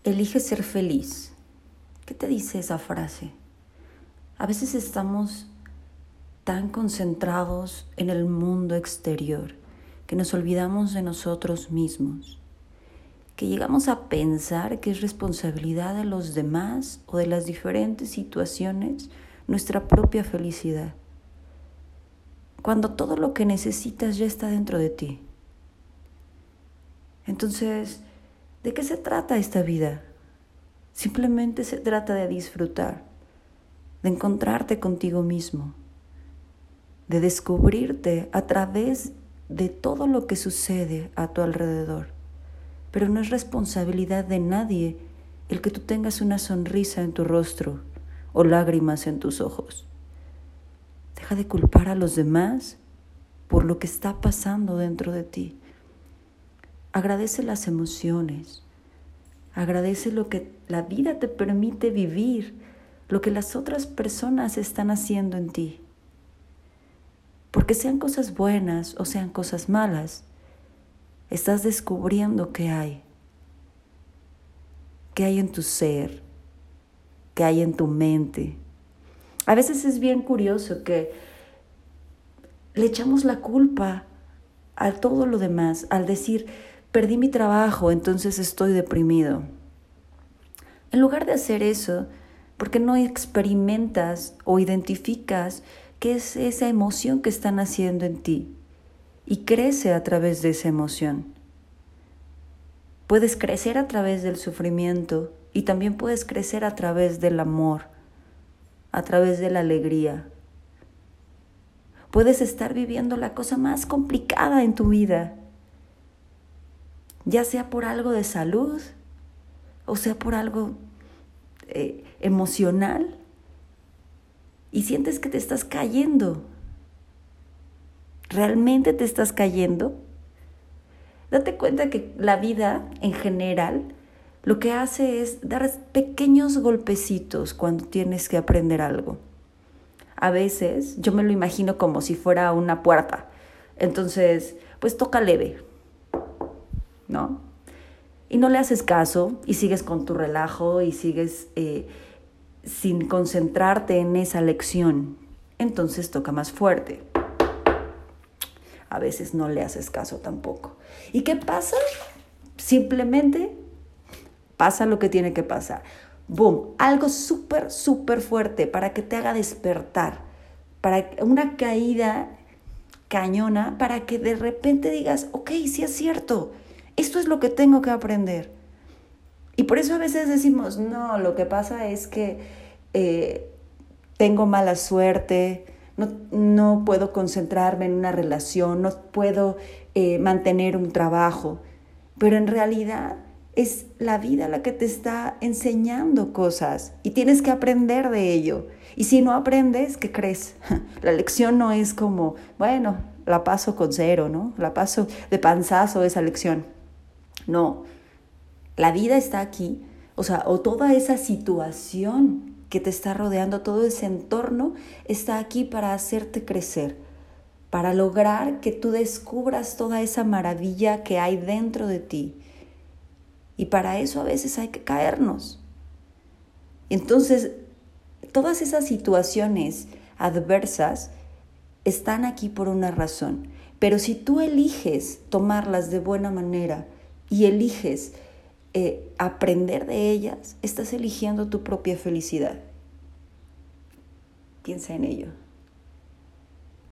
Elige ser feliz. ¿Qué te dice esa frase? A veces estamos tan concentrados en el mundo exterior que nos olvidamos de nosotros mismos, que llegamos a pensar que es responsabilidad de los demás o de las diferentes situaciones nuestra propia felicidad, cuando todo lo que necesitas ya está dentro de ti. Entonces, ¿de qué se trata esta vida? Simplemente se trata de disfrutar, de encontrarte contigo mismo, de descubrirte a través de todo lo que sucede a tu alrededor. Pero no es responsabilidad de nadie el que tú tengas una sonrisa en tu rostro o lágrimas en tus ojos. Deja de culpar a los demás por lo que está pasando dentro de ti. Agradece las emociones, agradece lo que la vida te permite vivir, lo que las otras personas están haciendo en ti. Porque sean cosas buenas o sean cosas malas, estás descubriendo qué hay en tu ser, qué hay en tu mente. A veces es bien curioso que le echamos la culpa a todo lo demás, al decir, perdí mi trabajo, entonces estoy deprimido. En lugar de hacer eso, ¿por qué no experimentas o identificas qué es esa emoción que están haciendo en ti? Y crece a través de esa emoción. Puedes crecer a través del sufrimiento y también puedes crecer a través del amor, a través de la alegría. Puedes estar viviendo la cosa más complicada en tu vida, ya sea por algo de salud o sea por algo emocional, y sientes que te estás cayendo. ¿Realmente te estás cayendo? Date cuenta que la vida en general lo que hace es dar pequeños golpecitos cuando tienes que aprender algo. A veces yo me lo imagino como si fuera una puerta. Entonces, pues toca leve, ¿no? Y no le haces caso y sigues con tu relajo y sigues sin concentrarte en esa lección. Entonces toca más fuerte. A veces no le haces caso tampoco. ¿Y qué pasa? Simplemente pasa lo que tiene que pasar. ¡Boom! Algo súper, súper fuerte para que te haga despertar. Para una caída cañona, para que de repente digas, ok, sí es cierto, esto es lo que tengo que aprender. Y por eso a veces decimos, no, lo que pasa es que tengo mala suerte, no puedo concentrarme en una relación, no puedo mantener un trabajo. Pero en realidad es la vida la que te está enseñando cosas y tienes que aprender de ello. Y si no aprendes, ¿qué crees? La lección no es como, bueno, la paso con 0, ¿no? La paso de panzazo esa lección. No, la vida está aquí, o toda esa situación que te está rodeando, todo ese entorno está aquí para hacerte crecer, para lograr que tú descubras toda esa maravilla que hay dentro de ti. Y para eso a veces hay que caernos. Entonces, todas esas situaciones adversas están aquí por una razón. Pero si tú eliges tomarlas de buena manera y eliges aprender de ellas, estás eligiendo tu propia felicidad. Piensa en ello.